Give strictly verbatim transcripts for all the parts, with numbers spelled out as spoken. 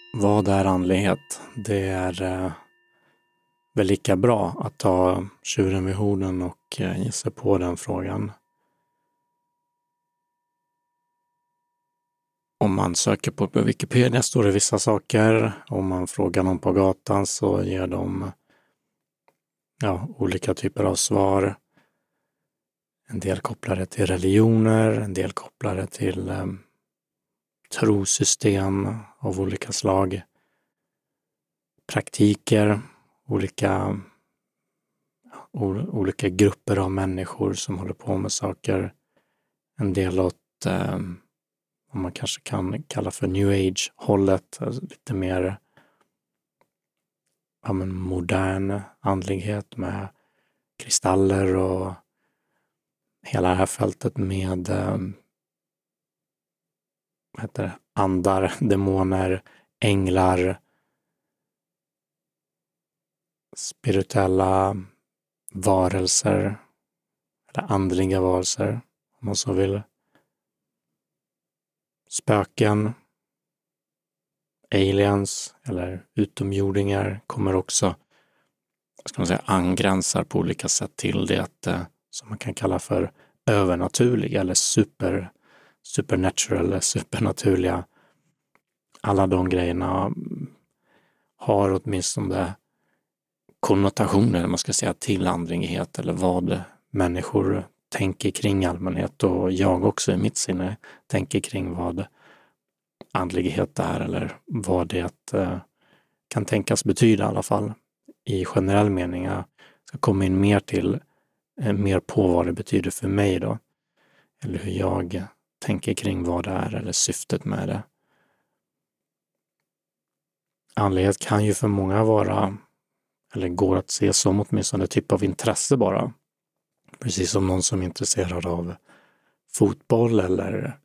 Vad är andlighet? Det är eh, väl lika bra att ta tjuren vid hornen och eh, ge sig på den frågan. Om man söker på Wikipedia står det vissa saker. Om man frågar någon på gatan så ger de ja, olika typer av svar. En del kopplade till religioner, en del kopplade till eh, trosystem av olika slag. Praktiker, olika, olika grupper av människor som håller på med saker. En del åt eh, vad man kanske kan kalla för new age-hållet, alltså lite mer ja, men modern andlighet med kristaller och hela det här fältet med eh, vad heter det? Andar, demoner, änglar, spirituella varelser eller andliga varelser om man så vill. Spöken, aliens eller utomjordingar kommer också, ska man säga, angränsar på olika sätt till det eh, som man kan kalla för övernaturliga eller super, supernatural eller supernaturliga. Alla de grejerna har åtminstone konnotationer, man ska säga, till andlighet eller vad människor tänker kring allmänhet, och jag också i mitt sinne tänker kring vad andlighet är eller vad det eh, kan tänkas betyda i alla fall i generell mening. Jag ska komma in mer till eh, mer på vad det betyder för mig då, eller hur jag tänker kring vad det är eller syftet med det. Andlighet kan ju för många vara, eller går att se som åtminstone en typ av intresse bara. Precis som någon som är intresserad av fotboll eller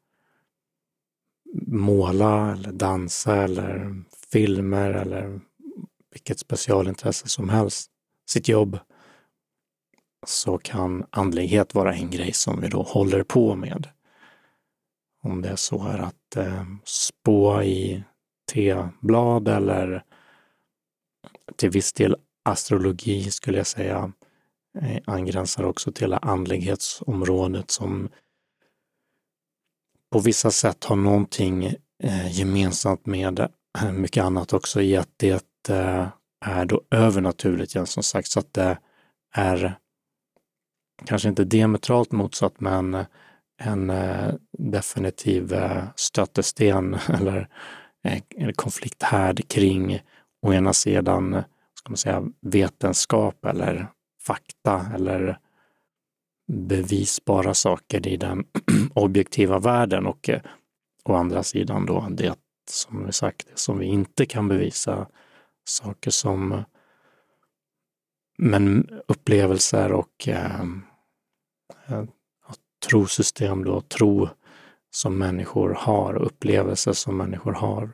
måla eller dansa eller filmer eller vilket specialintresse som helst, sitt jobb, så kan andlighet vara en grej som vi då håller på med. Om det är så är att eh, spå i teblad eller till viss del astrologi skulle jag säga eh, angränsar också till andlighetsområdet som på vissa sätt har någonting eh, gemensamt med eh, mycket annat också i att det eh, är då övernaturligt, ja, som sagt, så att det är kanske inte diametralt motsatt men en eh, definitiv eh, stötesten eller eh, konflikthärd kring å ena sidan, ska man säga, vetenskap eller fakta eller bevisbara saker i den objektiva världen, och eh, å andra sidan då det som vi sagt, det som vi inte kan bevisa, saker som men upplevelser och eh, eh, trosystem då, tro som människor har, upplevelser som människor har.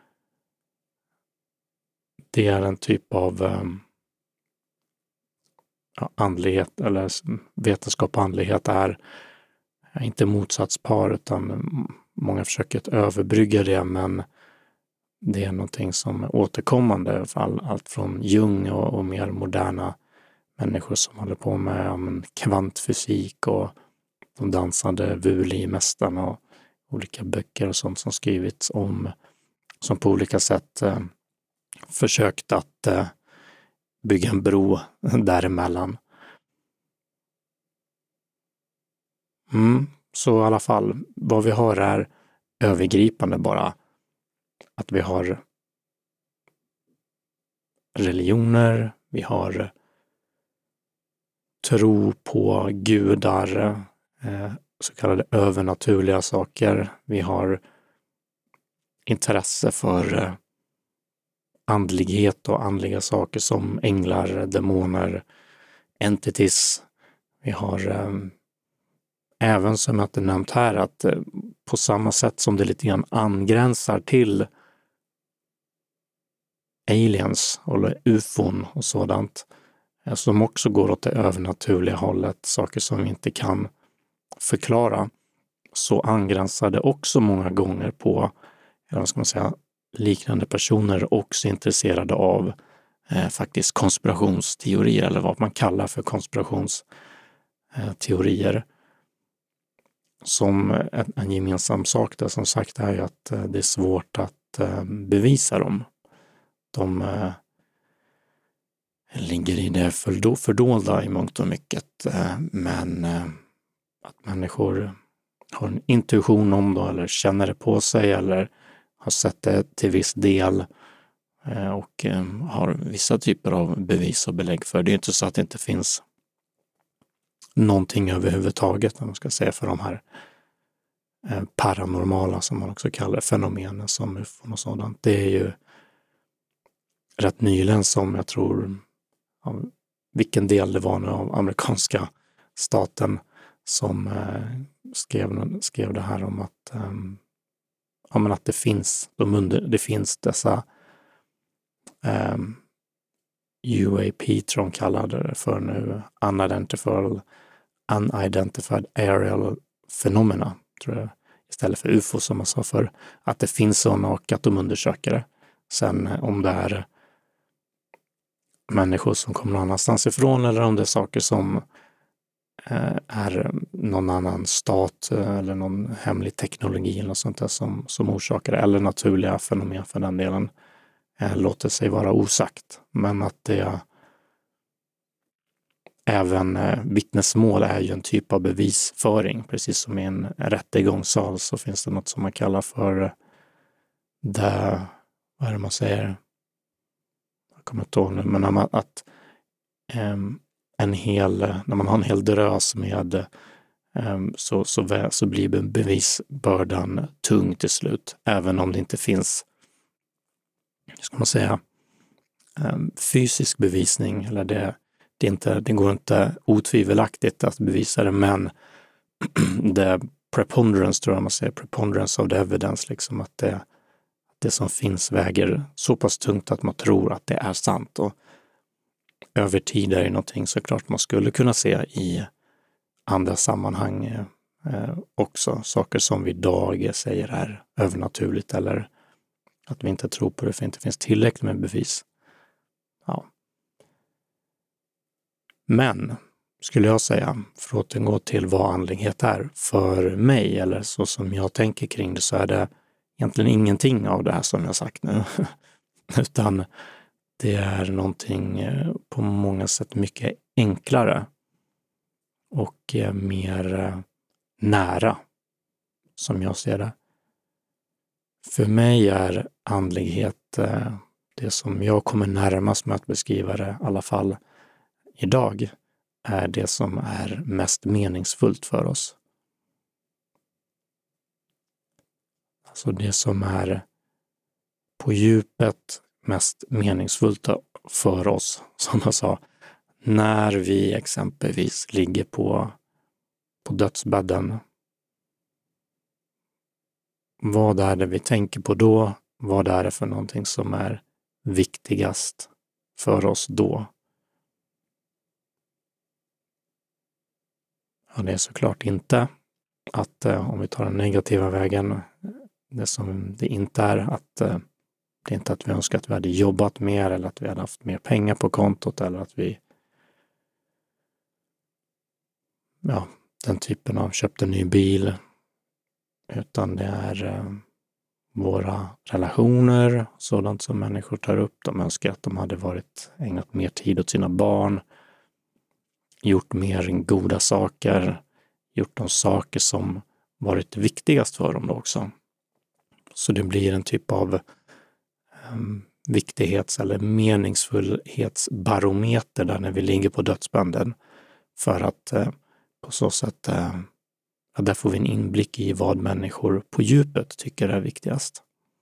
Det är en typ av eh, andlighet, eller vetenskap och andlighet är inte motsatspar, utan många försöker att överbrygga det, men det är någonting som är återkommande för all, allt från Jung och, och mer moderna människor som håller på med ja, men, kvantfysik och de dansande Woolley-mästarna och olika böcker och sånt som skrivits om, som på olika sätt eh, försökt att eh, bygga en bro däremellan. Mm, så i alla fall, vad vi har är övergripande bara. Att vi har religioner, vi har tro på gudar, eh, så kallade övernaturliga saker. Vi har intresse för eh, andlighet och andliga saker som änglar, demoner, entities. Vi har eh, även, som jag inte nämnt här, att eh, på samma sätt som det lite grann angränsar till aliens eller ufon och sådant, eh, som också går åt det övernaturliga hållet, saker som vi inte kan förklara, så angränsar det också många gånger på, eller vad ska man säga, liknande personer också intresserade av eh, faktiskt konspirationsteorier, eller vad man kallar för konspirationsteorier. Som en, en gemensam sak där som sagt är ju att eh, det är svårt att eh, bevisa dem. De eh, ligger i det fördo- fördolda i mångt och mycket, eh, men eh, att människor har en intuition om det eller känner det på sig eller har sett det till viss del eh, och eh, har vissa typer av bevis och belägg för. Det är inte så att det inte finns någonting överhuvudtaget, om man ska säga, för de här eh, paranormala, som man också kallar fenomenen som U F O och sådant. Det är ju rätt nyligen som jag tror, av vilken del det var nu av amerikanska staten, som eh, skrev, skrev det här om att, eh, ja, men att det finns, de under, det finns dessa eh, U A P, tror de kallade det för nu, unidentified, unidentified aerial phenomena, tror jag, istället för U F O som man sa för, att det finns sådana och att de undersöker det. Sen om det är människor som kommer någon annanstans ifrån eller om det är saker som eh, är någon annan stat eller någon hemlig teknologi eller något sånt där som, som orsakar det, eller naturliga fenomen för den delen, eh, låter sig vara osagt. Men att det även eh, vittnesmål är ju en typ av bevisföring. Precis som i en rättegångssal så finns det något som man kallar för det, vad är det man säger? Jag kommer inte ihåg nu, men när man, att um, en hel, när man har en hel drös med um, så, så, så blir bevisbördan tung till slut. Även om det inte finns, ska man säga, um, fysisk bevisning, eller det Det, är inte, det går inte otvivelaktigt att bevisa det, men det preponderance, tror jag man säger, preponderance of the evidence, liksom att det, det som finns väger så pass tungt att man tror att det är sant. Och över tid är det någonting såklart man skulle kunna se i andra sammanhang eh, också. Saker som vi idag säger är övernaturligt, eller att vi inte tror på det för det inte finns tillräckligt med bevis. Ja. Men, skulle jag säga, för att återgå till vad andlighet är för mig, eller så som jag tänker kring det, så är det egentligen ingenting av det här som jag sagt nu. Utan det är någonting på många sätt mycket enklare och mer nära, som jag ser det. För mig är andlighet det som jag kommer närmast med att beskriva det, i alla fall idag, är det som är mest meningsfullt för oss. Alltså det som är på djupet mest meningsfullt för oss, som jag sa, när vi exempelvis ligger på, på dödsbädden. Vad är det vi tänker på då? Vad är det för någonting som är viktigast för oss då? Ja, det är såklart inte att, eh, om vi tar den negativa vägen, det som det inte är, att eh, det är inte att vi önskar att vi hade jobbat mer eller att vi hade haft mer pengar på kontot eller att vi, ja, den typen av köpte en ny bil, utan det är eh, våra relationer, sådant som människor tar upp. De önskar att de hade varit ägnat mer tid åt sina barn, gjort mer goda saker, gjort de saker som varit viktigast för dem då också. Så det blir en typ av um, viktighets- eller meningsfullhetsbarometer där när vi ligger på dödsbänden, för att uh, på så sätt uh, ja, där får vi en inblick i vad människor på djupet tycker är viktigast.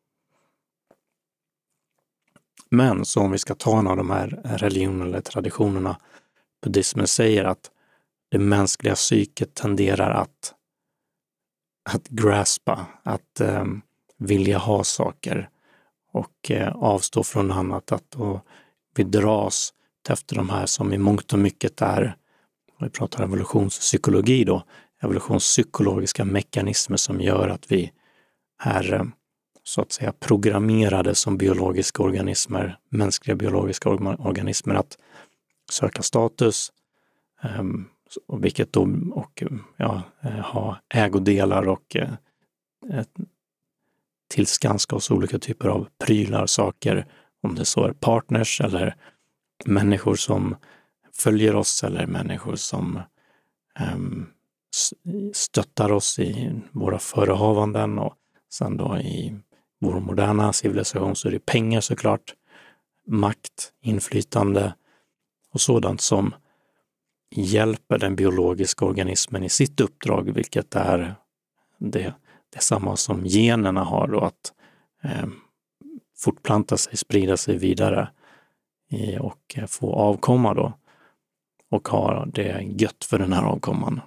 Men så om vi ska ta en av de här religionerna eller traditionerna, buddhismen säger att det mänskliga psyket tenderar att, att graspa, att eh, vilja ha saker och eh, avstå från annat. Att och vi dras efter de här som i mångt och mycket är, vi pratar evolutionspsykologi då, evolutionspsykologiska mekanismer som gör att vi är eh, så att säga programmerade som biologiska organismer, mänskliga biologiska organismer, att söka status, um, och vilket då, och ja, ha ägodelar och eh, tillskanska oss olika typer av prylar, saker, om det så är partners eller människor som följer oss eller människor som um, stöttar oss i våra förehavanden, och sen då i vår moderna civilisation så är det pengar såklart, makt, inflytande och sådant som hjälper den biologiska organismen i sitt uppdrag, vilket är det, det samma som generna har då, att eh, fortplanta sig, sprida sig vidare i, och få avkomma då, och ha det gött för den här avkomman.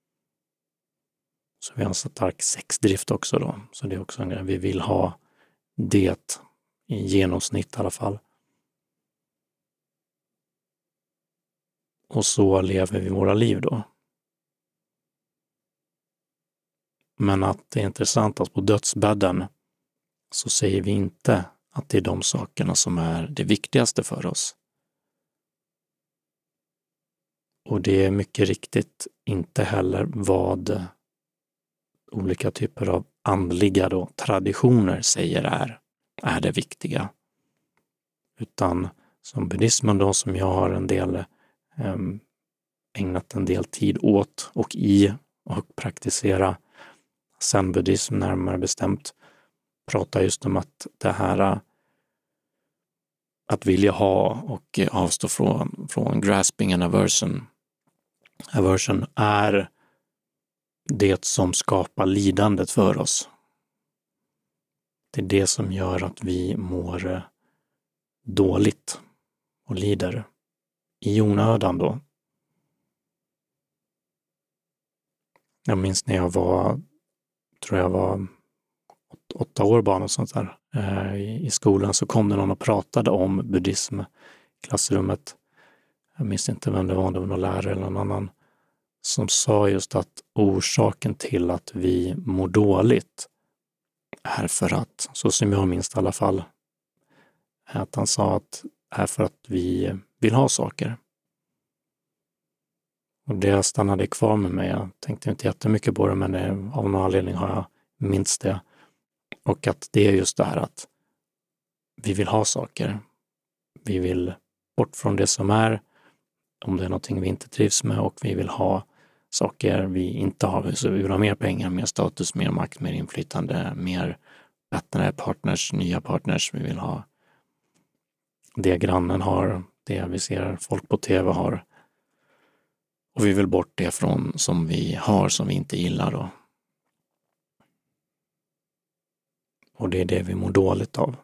Så vi har en stark sexdrift också då, så det är också en grej. Vi vill ha det i genomsnitt i alla fall. Och så lever vi våra liv då. Men att det är intressant att på dödsbädden så säger vi inte att det är de sakerna som är det viktigaste för oss. Och det är mycket riktigt inte heller vad olika typer av andliga då, traditioner säger är, är det viktiga. Utan som buddhismen då, som jag har en del eh, ägnat en del tid åt och i och praktisera zen-buddhism närmare bestämt, pratar just om att det här att vilja ha och avstå från, från grasping and aversion. Aversion är det som skapar lidandet för oss. Det är det som gör att vi mår dåligt och lider i onödan då. Jag minns när jag var, tror jag var åt, åtta år bara och sånt där. Eh, i, I skolan så kom det någon och pratade om buddhism i klassrummet. Jag minns inte vem det var, om det var någon lärare eller någon annan, som sa just att orsaken till att vi mår dåligt är för att, så som jag minns i alla fall, att han sa att är för att vi vill ha saker. Och det stannade kvar med mig. Jag tänkte inte jättemycket på det, men det, av någon anledning har jag minst det. Och att det är just det här att vi vill ha saker. Vi vill bort från det som är, om det är någonting vi inte trivs med, och vi vill ha saker vi inte har. Så vi vill ha mer pengar, mer status, mer makt, mer inflytande, mer bättre partners, nya partners. Vi vill ha det grannen har, det vi ser folk på tv har. Och vi vill bort det från som vi har, som vi inte gillar då. Och det är det vi mår dåligt av.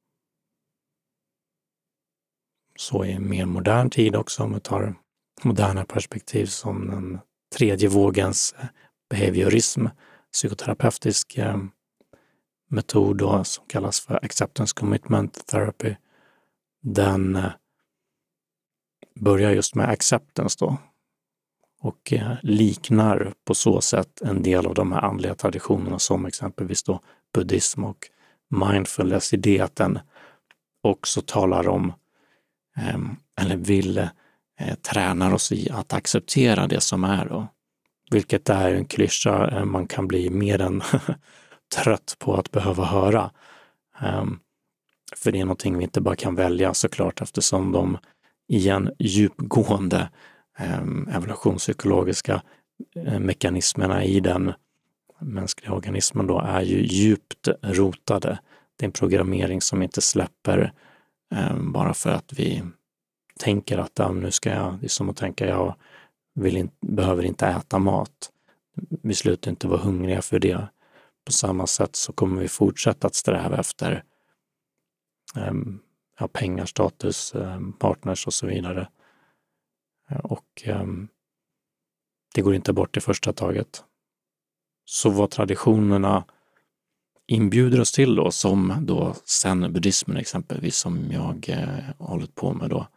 Så i mer modern tid också, om vi tar moderna perspektiv som den tredje vågens behaviorism, psykoterapeutisk eh, metod då, som kallas för acceptance commitment therapy. Den eh, börjar just med acceptance då, och eh, liknar på så sätt en del av de här andliga traditionerna, som exempelvis då buddhism och mindfulness, i det att den också talar om eh, eller vill eh, tränar oss i att acceptera det som är då. Vilket är en klyscha eh, man kan bli mer än trött på att behöva höra. Um, för det är någonting vi inte bara kan välja såklart, eftersom de igen djupgående um, evolutionspsykologiska uh, mekanismerna i den mänskliga organismen då är ju djupt rotade. Det är en programmering som inte släpper um, bara för att vi tänker att um, nu ska jag, det är som att tänka jag vill in, behöver inte äta mat. Vi slutar inte vara hungriga för det. På samma sätt så kommer vi fortsätta att sträva efter um, ja, pengar, status, um, partners och så vidare. Och um, det går inte bort i första taget. Så vad traditionerna inbjuder oss till då, som då zen-buddhismen exempelvis, som jag eh, hållit på med då,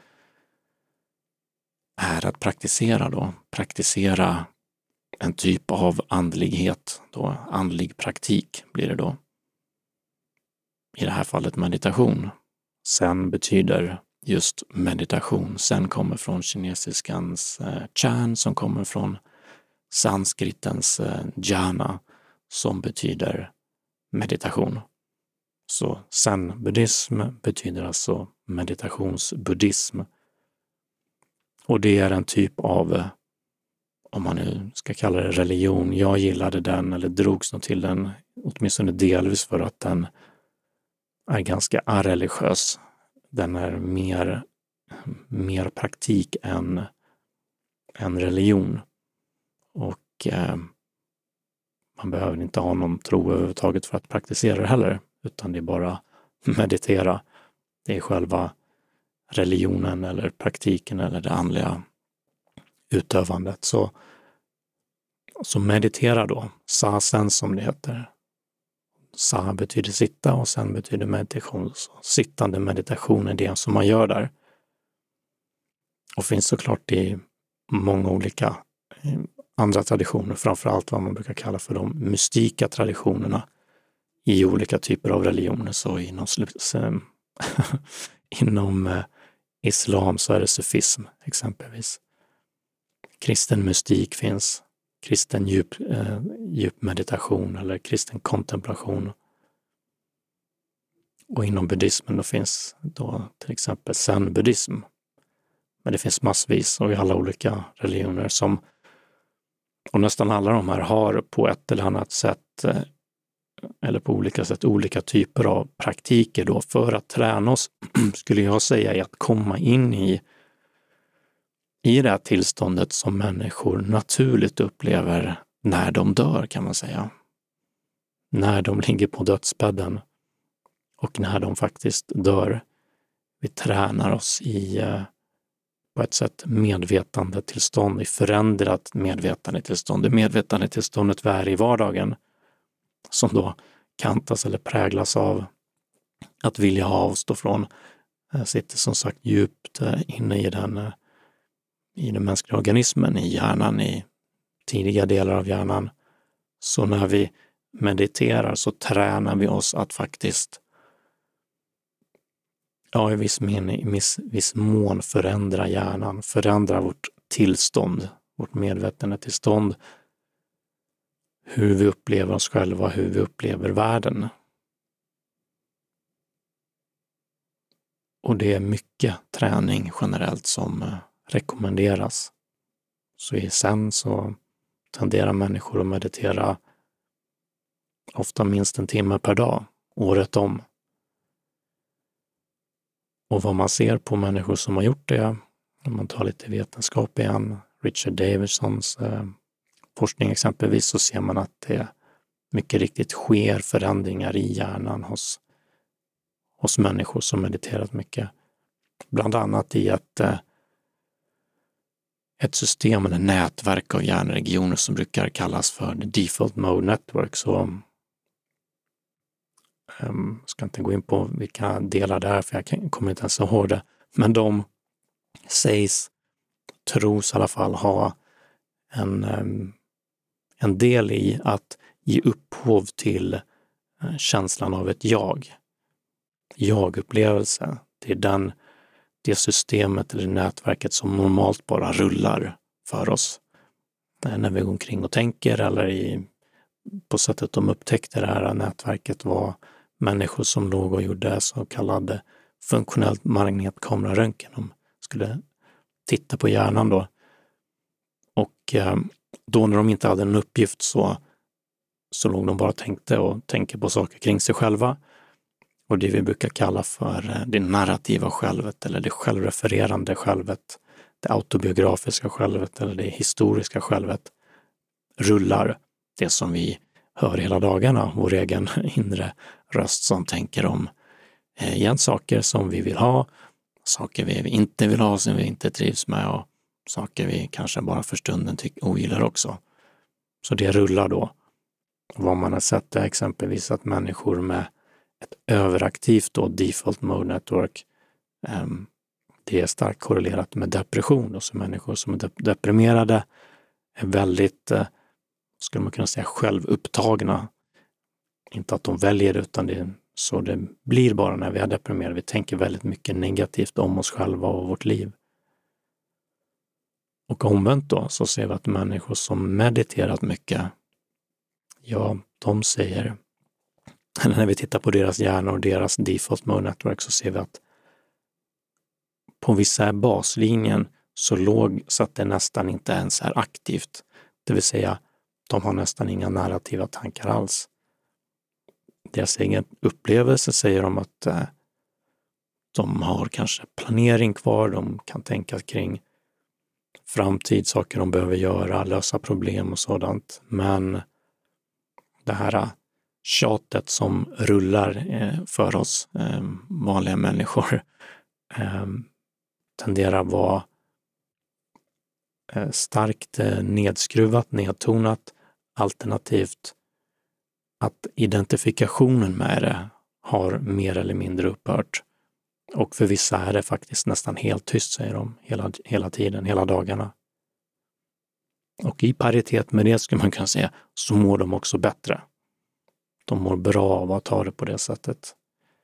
är att praktisera då, praktisera en typ av andlighet då, andlig praktik blir det då. i det här fallet meditation. Zen betyder just meditation. Zen kommer från kinesiskans eh, chan som kommer från sanskritens eh, jhana som betyder meditation. Så zen-buddhism betyder alltså meditationsbuddhism. Och det är en typ av, eh, om man nu ska kalla det religion, jag gillade den eller drogs nog till den, åtminstone delvis för att den är ganska areligiös. Den är mer, mer praktik än, än religion. Och eh, man behöver inte ha någon tro överhuvudtaget för att praktisera det heller, utan det är bara meditera. Det är själva religionen eller praktiken eller det andliga utövandet. Så, så meditera då, sasen som det heter. Sa betyder sitta och sen betyder meditation. Så sittande meditation är det som man gör där. Och finns såklart i många olika andra traditioner, framförallt vad man brukar kalla för de mystika traditionerna i olika typer av religioner. Så inom, inom eh, islam så är det sufism exempelvis. Kristen mystik finns. Kristen djup, eh, djup meditation eller kristen kontemplation. Och inom buddhismen då finns då till exempel zen-buddhism. Men det finns massvis och i alla olika religioner som, och nästan alla de här har på ett eller annat sätt eh, eller på olika sätt olika typer av praktiker då för att träna oss, skulle jag säga, i att komma in i i det här tillståndet som människor naturligt upplever när de dör, kan man säga. När de ligger på dödsbädden och när de faktiskt dör. Vi tränar oss i på ett sätt medvetandetillstånd, i förändrat medvetandetillstånd. Det medvetandetillståndet vi är i vardagen som då kantas eller präglas av att vilja avstå från, sitter som sagt djupt inne i den i den mänskliga organismen, i hjärnan, i tidiga delar av hjärnan. Så när vi mediterar så tränar vi oss att faktiskt ja, i viss, mening, i viss, viss mån förändra hjärnan, förändra vårt tillstånd, vårt medvetandetillstånd, hur vi upplever oss själva, hur vi upplever världen. Och det är mycket träning generellt som rekommenderas. Så i sen så tenderar människor att meditera ofta minst en timme per dag, året om. Och vad man ser på människor som har gjort det, om man tar lite vetenskap igen, Richard Davidsons eh, forskning exempelvis, så ser man att det mycket riktigt sker förändringar i hjärnan hos, hos människor som mediterat mycket. Bland annat i att eh, ett system eller nätverk av hjärnregioner som brukar kallas för the default mode network. Så um, ska inte gå in på vilka delar det är för jag kan, kommer inte ens ihåg det. Men de sägs, tros i alla fall, ha en, um, en del i att ge upphov till uh, känslan av ett jag. Jag-upplevelse. Det är den det systemet eller nätverket som normalt bara rullar för oss. När vi går omkring och tänker eller i, på sättet de upptäckte det här nätverket var människor som låg och gjorde så kallade funktionellt magnetkamera-röntgen. De skulle titta på hjärnan då. Och eh, då när de inte hade en uppgift så, så låg de bara och tänkte och tänker på saker kring sig själva. Och det vi brukar kalla för det narrativa självet eller det självrefererande självet, det autobiografiska självet eller det historiska självet rullar. Det som vi hör hela dagarna, vår egen inre röst som tänker om eh, igen saker som vi vill ha, saker vi inte vill ha som vi inte trivs med och saker vi kanske bara för stunden tycker ogillar också. Så det rullar då. Vad man har sett är exempelvis att människor med ett överaktivt då, default mode network, um, det är starkt korrelerat med depression. Och så människor som är de- deprimerade är väldigt, uh, skulle man kunna säga, självupptagna. Inte att de väljer det, utan det Så det blir bara när vi är deprimerade. Vi tänker väldigt mycket negativt om oss själva och vårt liv. Och omvänt då så ser vi att människor som mediterat mycket, ja, de säger, eller när vi tittar på deras hjärnor och deras default mode network så ser vi att på vissa baslinjen så låg så att det nästan inte ens är aktivt. Det vill säga, de har nästan inga narrativa tankar alls. Deras egen upplevelse säger de att eh, de har kanske planering kvar, de kan tänka kring framtid, saker de behöver göra, lösa problem och sådant. Men det här tjatet som rullar eh, för oss eh, vanliga människor eh, tenderar att vara eh, starkt eh, nedskruvat, nedtonat, alternativt att identifikationen med det har mer eller mindre upphört. Och för vissa är det faktiskt nästan helt tyst, säger de, hela, hela tiden, hela dagarna. Och i paritet med det skulle man kunna säga så mår de också bättre. De mår bra av att ta det på det sättet.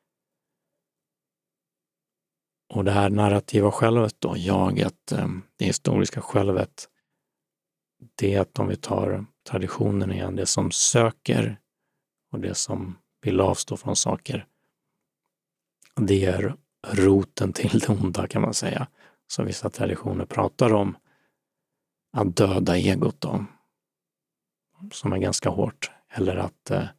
Och det här narrativa självet då, jaget, det historiska självet, det är att om vi tar traditionen igen, det som söker och det som vill avstå från saker, det är roten till det onda kan man säga. Så vissa traditioner pratar om att döda egot då, som är ganska hårt. Eller att eh,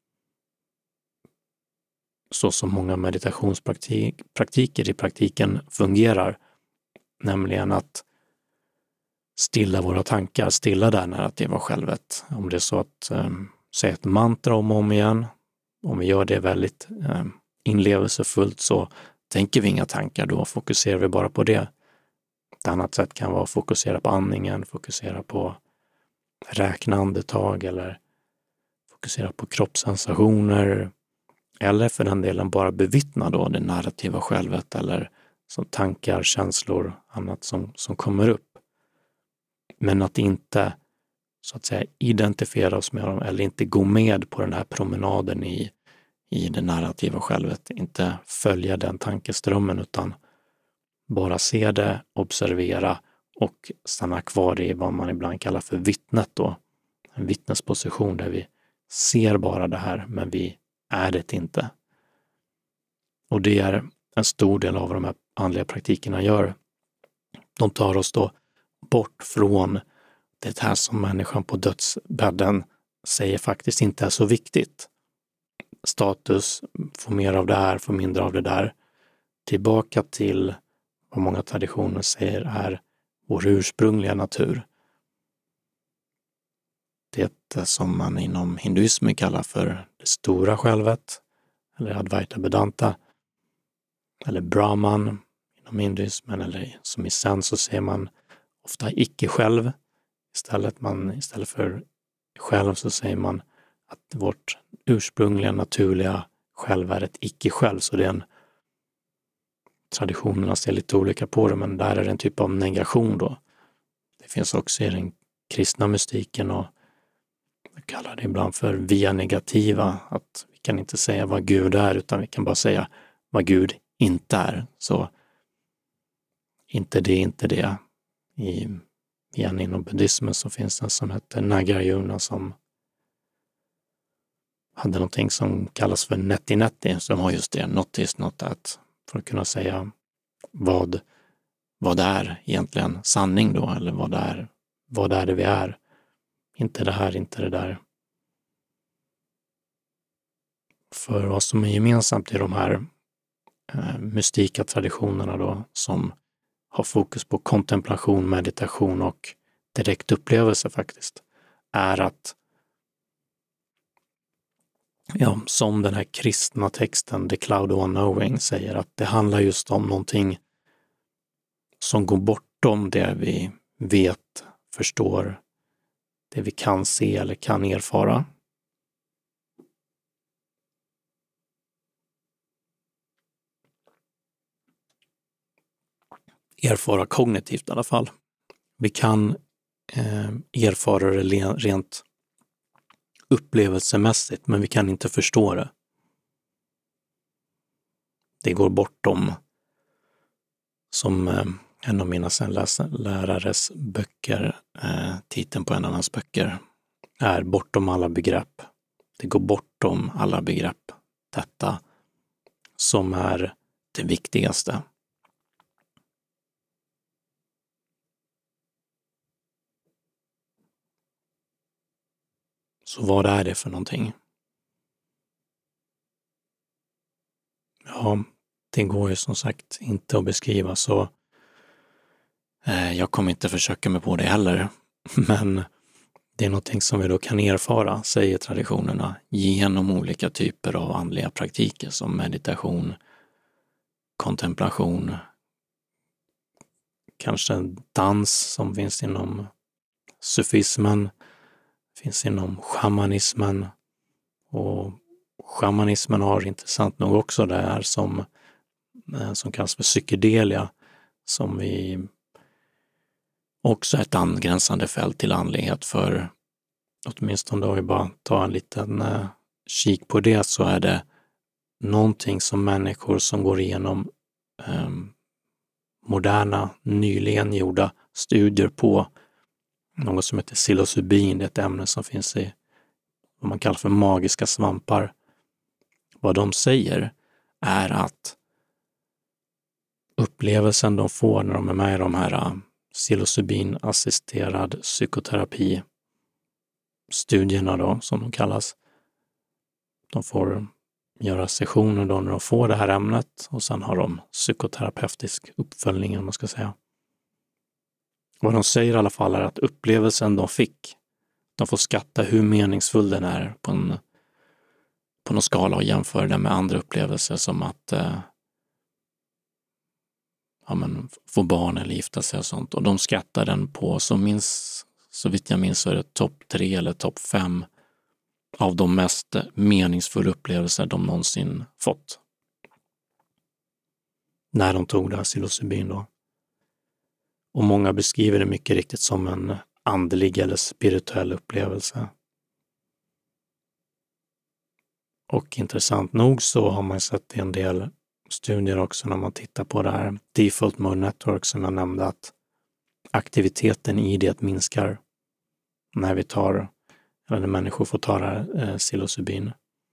så som många meditationspraktiker i praktiken fungerar, nämligen att stilla våra tankar, stilla det narrativa självet. Om det är så att eh, säga ett mantra om och om igen, om vi gör det väldigt eh, inlevelsefullt så tänker vi inga tankar, då fokuserar vi bara på det. Ett annat sätt kan vara att fokusera på andningen, fokusera på räkna andetag eller fokusera på kroppssensationer eller för den delen bara bevittna då det narrativa självet eller som tankar, känslor, annat som, som kommer upp. Men att inte så att säga identifiera oss med dem eller inte gå med på den här promenaden i, i det narrativa självet. Inte följa den tankeströmmen utan bara se det, observera och stanna kvar i vad man ibland kallar för vittnet då. En vittnesposition där vi ser bara det här men vi är det inte. Och det är en stor del av vad de här andliga praktikerna gör. De tar oss då bort från det här som människan på dödsbädden säger faktiskt inte är så viktigt. Status, få mer av det här, få mindre av det där. Tillbaka till vad många traditioner säger är vår ursprungliga natur. Det som man inom hinduismen kallar för det stora självet, eller Advaita Vedanta, eller Brahman inom hinduismen, eller som i sen så ser man ofta icke-själv. Istället, man, istället för själv så säger man att vårt ursprungliga naturliga själv är ett icke-själv. Så det är en, traditionerna ser lite olika på det, men där är det en typ av negation då. Det finns också i den kristna mystiken och jag kallar det ibland för via negativa, att vi kan inte säga vad Gud är utan vi kan bara säga vad Gud inte är. Så inte det, inte det. I, igen inom buddhismen så finns det en som heter Nagarjuna som hade någonting som kallas för netti-netti, så de har just det, not is, not that, för att kunna säga vad, vad det är egentligen sanning då, eller vad det är, vad det är det vi är. Inte det här, inte det där. För vad som är gemensamt i de här eh, mystika traditionerna då, som har fokus på kontemplation, meditation och direkt upplevelse faktiskt, är att ja, som den här kristna texten The Cloud of Unknowing säger, att det handlar just om någonting som går bortom det vi vet, förstår, det vi kan se eller kan erfara. Erfara kognitivt i alla fall. Vi kan eh, erfara det rent upplevelsemässigt, men vi kan inte förstå det. Det går bortom, som eh, en av mina lärares böcker, eh, titeln på en av hans böcker, är bortom alla begrepp. Det går bortom alla begrepp. Detta som är det viktigaste. Så vad är det för någonting? Ja, det går ju som sagt inte att beskriva, så eh, jag kommer inte försöka mig på det heller. Men det är någonting som vi då kan erfara, säger traditionerna, genom olika typer av andliga praktiker som meditation, kontemplation, kanske dans som finns inom sufismen, finns inom shamanismen, och shamanismen har intressant nog också det här som, som kallas för psykedelia, som vi också är ett angränsande fält till andlighet, för åtminstone då vi bara tar en liten eh, kik på det, så är det någonting som människor som går igenom eh, moderna, nyligen gjorda studier på något som heter psilocybin. Det är ett ämne som finns i vad man kallar för magiska svampar. Vad de säger är att upplevelsen de får när de är med i de här psilocybin-assisterad psykoterapi studierna då, som de kallas. De får göra sessioner då när de får det här ämnet, och sen har de psykoterapeutisk uppföljning, om man ska säga. Vad de säger i alla fall är att upplevelsen de fick, de får skatta hur meningsfull den är på en på någon skala och jämföra den med andra upplevelser, som att eh, ja, men, få barn eller gifta sig och sånt. Och de skattar den på, så minst, så vitt jag minns, så är det topp tre eller topp fem av de mest meningsfulla upplevelser de någonsin fått. När de tog det här psilocybin då. Och många beskriver det mycket riktigt som en andlig eller spirituell upplevelse. Och intressant nog så har man sett en del studier också när man tittar på det här Default Mode Network som jag nämnde, att aktiviteten i det minskar när vi tar, eller när människor får ta det här eh, psilocybin.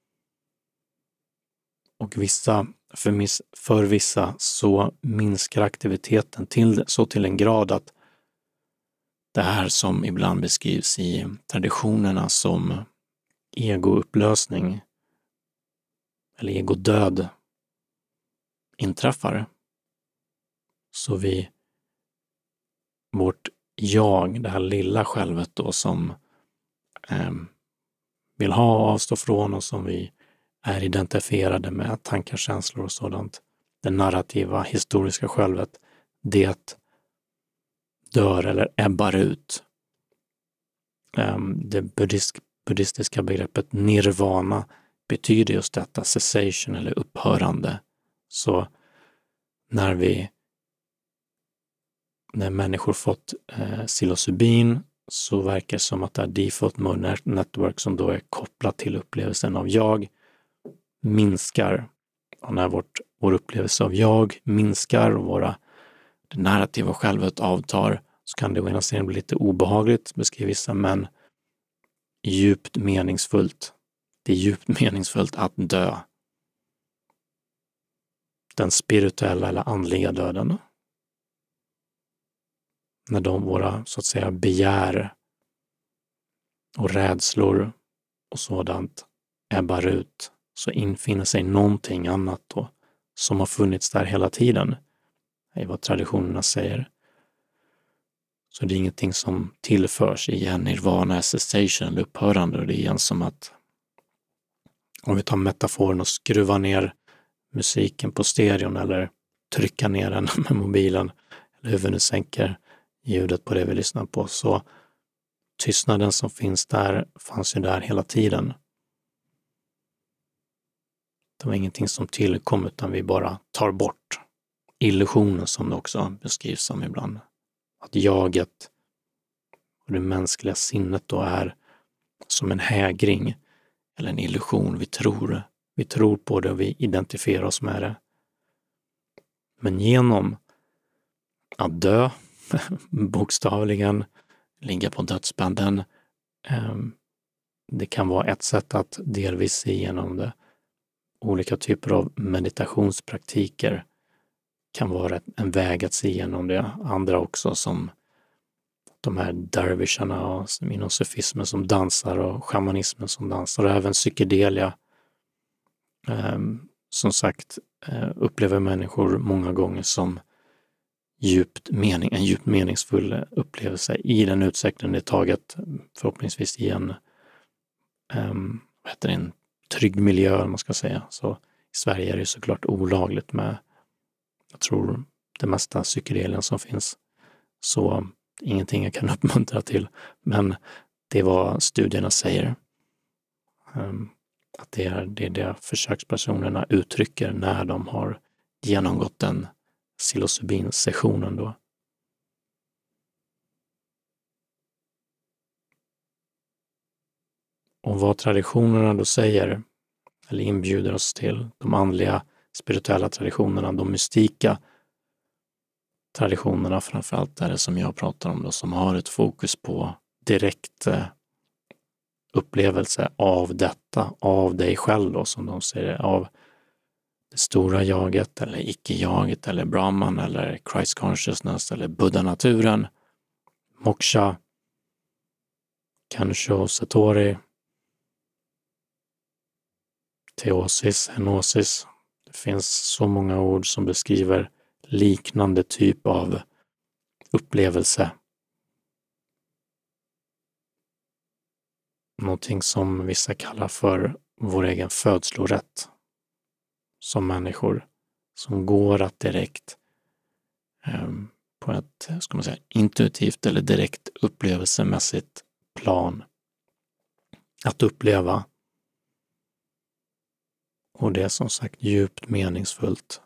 Och vissa, för, miss, för vissa så minskar aktiviteten till, så till en grad att det här som ibland beskrivs i traditionerna som egoupplösning eller egodöd inträffar. Så vi, vårt jag, det här lilla självet då som eh, vill ha och avstå från, och som vi är identifierade med, tankar, känslor och sådant, det narrativa, historiska självet, det dör eller ebbar ut. Eh, det buddhist, buddhistiska begreppet nirvana betyder just detta, cessation eller upphörande. Så när vi när människor fått eh, psilocybin, så verkar det som att det här default mode network som då är kopplat till upplevelsen av jag minskar. Och när vårt, vår upplevelse av jag minskar och våra, det narrativa självet avtar, så kan det å ena sidan bli lite obehagligt, beskriver vissa, men djupt meningsfullt. Det är djupt meningsfullt att dö. Den spirituella eller andliga döden. När de våra, så att säga, begär och rädslor och sådant ebbar ut, så infinner sig någonting annat då, som har funnits där hela tiden. Det är vad traditionerna säger. Så det är ingenting som tillförs i en nirvana, cessation eller upphörande. Och det är igen som att, om vi tar metaforen och skruvar ner musiken på stereon eller trycka ner den med mobilen, eller hur vi nu sänker ljudet på det vi lyssnar på, så tystnaden som finns där fanns ju där hela tiden. Det var ingenting som tillkom, utan vi bara tar bort illusionen, som det också beskrivs som ibland. Att jaget och det mänskliga sinnet då är som en hägring eller en illusion. Vi tror, vi tror på det och vi identifierar oss med det. Men genom att dö, bokstavligen, ligga på dödsbädden, eh, det kan vara ett sätt att delvis se igenom det. Olika typer av meditationspraktiker kan vara en väg att se igenom det. Andra också, som de här dervisharna och inom sufismen som dansar och shamanismen som dansar, och även psykedelia. Eh, som sagt, eh, upplever människor många gånger som djupt mening, en djupt meningsfull upplevelse i den utsträckning det är taget, förhoppningsvis i en, eh, vad heter det, en trygg miljö, man ska säga. Så i Sverige är det såklart olagligt med, jag tror, det mesta psykedelien som finns. Så ingenting jag kan uppmuntra till, men det är vad studierna säger. Um, att det är, det är det försökspersonerna uttrycker när de har genomgått den psilocybin-sessionen då. Och vad traditionerna då säger, eller inbjuder oss till, de andliga, spirituella traditionerna, de mystika traditionerna framförallt, är det som jag pratar om då, som har ett fokus på direkt eh, upplevelse av detta, av dig själv då, som de säger, av det stora jaget eller icke-jaget eller Brahman eller Christ consciousness eller Buddha-naturen, moksha, Kensho, Satori, teosis, henosis. Det finns så många ord som beskriver liknande typ av upplevelse. Någonting som vissa kallar för vår egen födslorätt som människor, som går att direkt eh, på ett, ska man säga, intuitivt eller direkt upplevelsemässigt plan att uppleva. Och det är som sagt djupt meningsfullt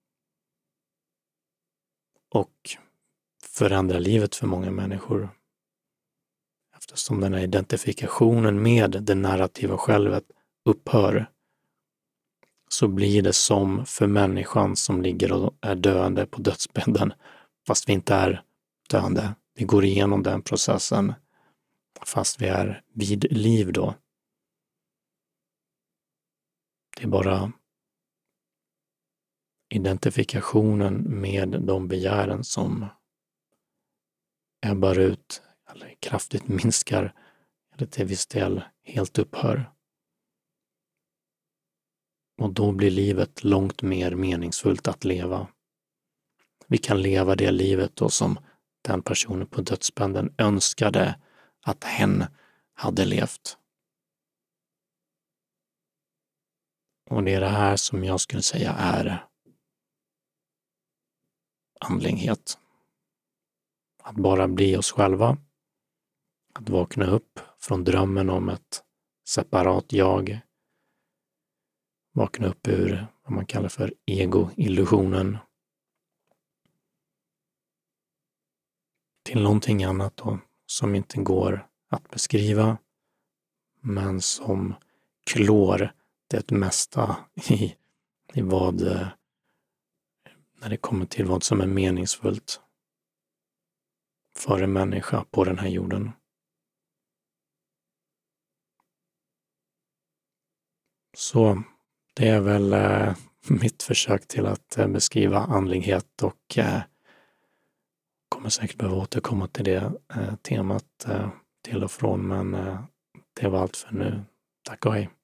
och förändrar livet för många människor. Eftersom den här identifikationen med det narrativa självet upphör, så blir det som för människan som ligger och är döende på dödsbädden, fast vi inte är döende. Vi går igenom den processen fast vi är vid liv då. Det är bara identifikationen med de begären som ebbar ut eller kraftigt minskar eller till viss del helt upphör. Och då blir livet långt mer meningsfullt att leva. Vi kan leva det livet då som den personen på dödsbädden önskade att hen hade levt. Och det är det här som jag skulle säga är andlighet. Att bara bli oss själva. Att vakna upp från drömmen om ett separat jag. Vakna upp ur vad man kallar för ego-illusionen. Till någonting annat då, som inte går att beskriva, men som klår det mesta i, i vad, när det kommer till vad som är meningsfullt för en människa på den här jorden. Så det är väl eh, mitt försök till att eh, beskriva andlighet, och eh, kommer säkert behöva återkomma till det eh, temat eh, till och från, men eh, det var allt för nu. Tack och hej.